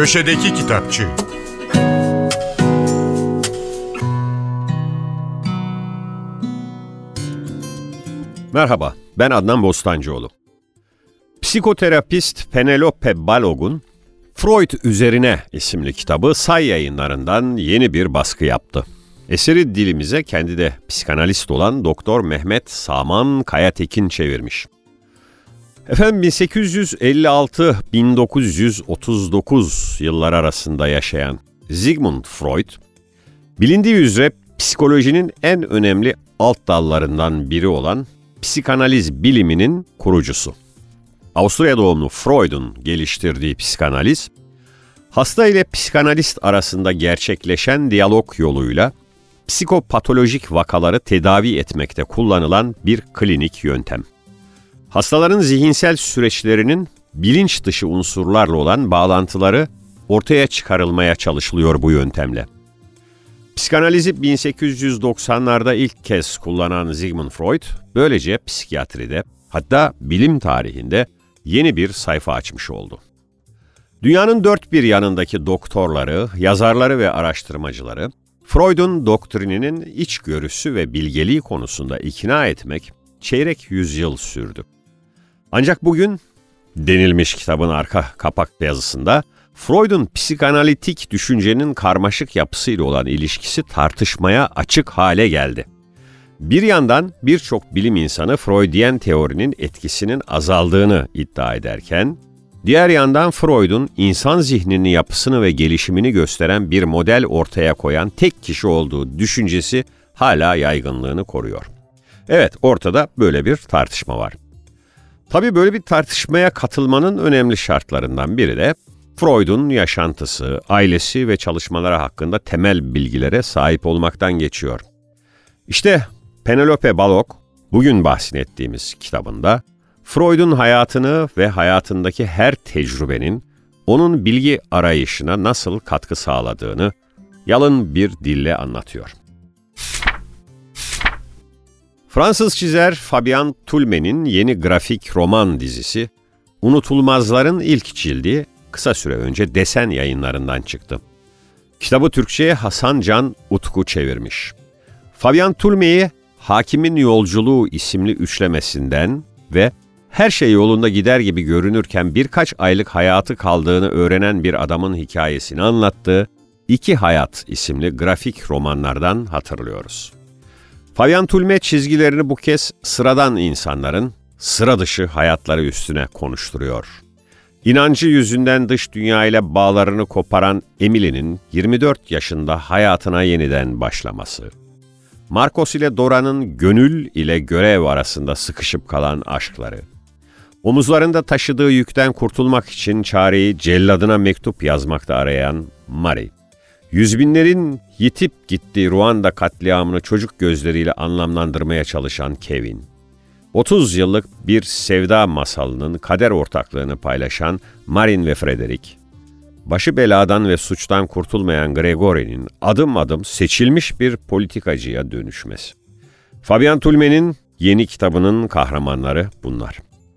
Köşedeki Kitapçı. Merhaba, ben Adnan Bostancıoğlu. Psikoterapist Penelope Balog'un Freud Üzerine isimli kitabı Say Yayınları'ndan yeni bir baskı yaptı. Eseri dilimize kendi de psikanalist olan Doktor Mehmet Saman Kayatekin çevirmiş. Efendim 1856-1939 yıllar arasında yaşayan Sigmund Freud, bilindiği üzere psikolojinin en önemli alt dallarından biri olan psikanaliz biliminin kurucusu. Avusturya doğumlu Freud'un geliştirdiği psikanaliz, hasta ile psikanalist arasında gerçekleşen diyalog yoluyla psikopatolojik vakaları tedavi etmekte kullanılan bir klinik yöntem. Hastaların zihinsel süreçlerinin bilinç dışı unsurlarla olan bağlantıları ortaya çıkarılmaya çalışılıyor bu yöntemle. Psikanalizi 1890'larda ilk kez kullanan Sigmund Freud, böylece psikiyatride, hatta bilim tarihinde yeni bir sayfa açmış oldu. Dünyanın dört bir yanındaki doktorları, yazarları ve araştırmacıları, Freud'un doktrininin içgörüsü ve bilgeliği konusunda ikna etmek çeyrek yüzyıl sürdü. Ancak bugün denilmiş kitabın arka kapak yazısında Freud'un psikanalitik düşüncenin karmaşık yapısıyla olan ilişkisi tartışmaya açık hale geldi. Bir yandan birçok bilim insanı Freudiyen teorinin etkisinin azaldığını iddia ederken, diğer yandan Freud'un insan zihninin yapısını ve gelişimini gösteren bir model ortaya koyan tek kişi olduğu düşüncesi hala yaygınlığını koruyor. Evet, ortada böyle bir tartışma var. Tabii böyle bir tartışmaya katılmanın önemli şartlarından biri de Freud'un yaşantısı, ailesi ve çalışmaları hakkında temel bilgilere sahip olmaktan geçiyor. İşte Penelope Balog, bugün bahsettiğimiz kitabında Freud'un hayatını ve hayatındaki her tecrübenin onun bilgi arayışına nasıl katkı sağladığını yalın bir dille anlatıyor. Fransız çizer Fabien Toulmin'in yeni grafik roman dizisi Unutulmazların ilk cildi kısa süre önce Desen Yayınları'ndan çıktı. Kitabı Türkçe'ye Hasan Can Utku çevirmiş. Fabien Toulmin'i Hakimin Yolculuğu isimli üçlemesinden ve her şey yolunda gider gibi görünürken birkaç aylık hayatı kaldığını öğrenen bir adamın hikayesini anlattığı İki Hayat isimli grafik romanlardan hatırlıyoruz. Fabien Toulmin çizgilerini bu kez sıradan insanların sıra dışı hayatları üstüne konuşturuyor. İnancı yüzünden dış dünya ile bağlarını koparan Emily'nin 24 yaşında hayatına yeniden başlaması, Marcos ile Dora'nın gönül ile görev arasında sıkışıp kalan aşkları, omuzlarında taşıdığı yükten kurtulmak için çareyi celladına mektup yazmakta arayan Marie, yüzbinlerin yitip gittiği Ruanda katliamını çocuk gözleriyle anlamlandırmaya çalışan Kevin, 30 yıllık bir sevda masalının kader ortaklığını paylaşan Marin ve Frederick, başı beladan ve suçtan kurtulmayan Gregory'nin adım adım seçilmiş bir politikacıya dönüşmesi. Fabien Toulmin'in yeni kitabının kahramanları bunlar.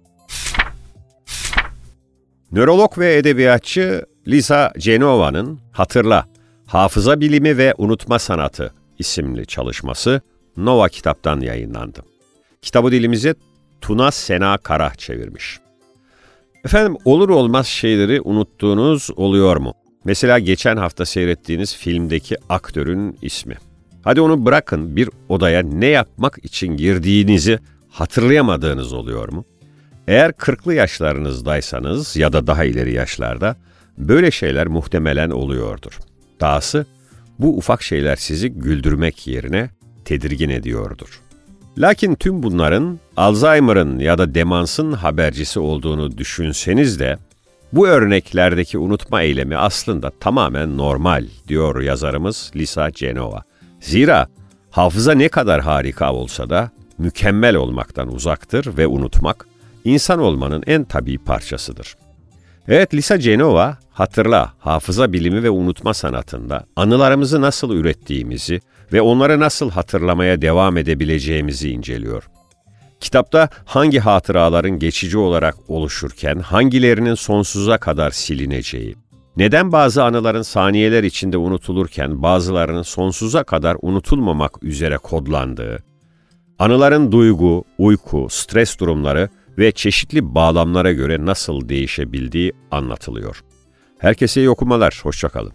Nörolog ve edebiyatçı Lisa Genova'nın Hatırla, Hafıza Bilimi ve Unutma Sanatı isimli çalışması Nova Kitap'tan yayınlandı. Kitabı dilimize Tuna Sena Kara çevirmiş. Efendim, olur olmaz şeyleri unuttuğunuz oluyor mu? Mesela geçen hafta seyrettiğiniz filmdeki aktörün ismi. Hadi onu bırakın, bir odaya ne yapmak için girdiğinizi hatırlayamadığınız oluyor mu? Eğer 40'lı yaşlarınızdaysanız ya da daha ileri yaşlarda böyle şeyler muhtemelen oluyordur. Dahası bu ufak şeyler sizi güldürmek yerine tedirgin ediyordur. Lakin tüm bunların Alzheimer'ın ya da demansın habercisi olduğunu düşünseniz de bu örneklerdeki unutma eylemi aslında tamamen normal, diyor yazarımız Lisa Genova. Zira hafıza ne kadar harika olsa da mükemmel olmaktan uzaktır ve unutmak insan olmanın en tabii parçasıdır. Evet, Lisa Genova, Hatırla, Hafıza Bilimi ve Unutma Sanatında anılarımızı nasıl ürettiğimizi ve onları nasıl hatırlamaya devam edebileceğimizi inceliyor. Kitapta hangi hatıraların geçici olarak oluşurken hangilerinin sonsuza kadar silineceği, Neden bazı anıların saniyeler içinde unutulurken bazılarının sonsuza kadar unutulmamak üzere kodlandığı, anıların duygu, uyku, stres durumları ve çeşitli bağlamlara göre nasıl değişebildiği anlatılıyor. Herkese iyi okumalar, hoşça kalın.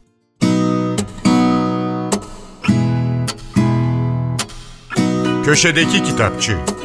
Köşedeki Kitapçı.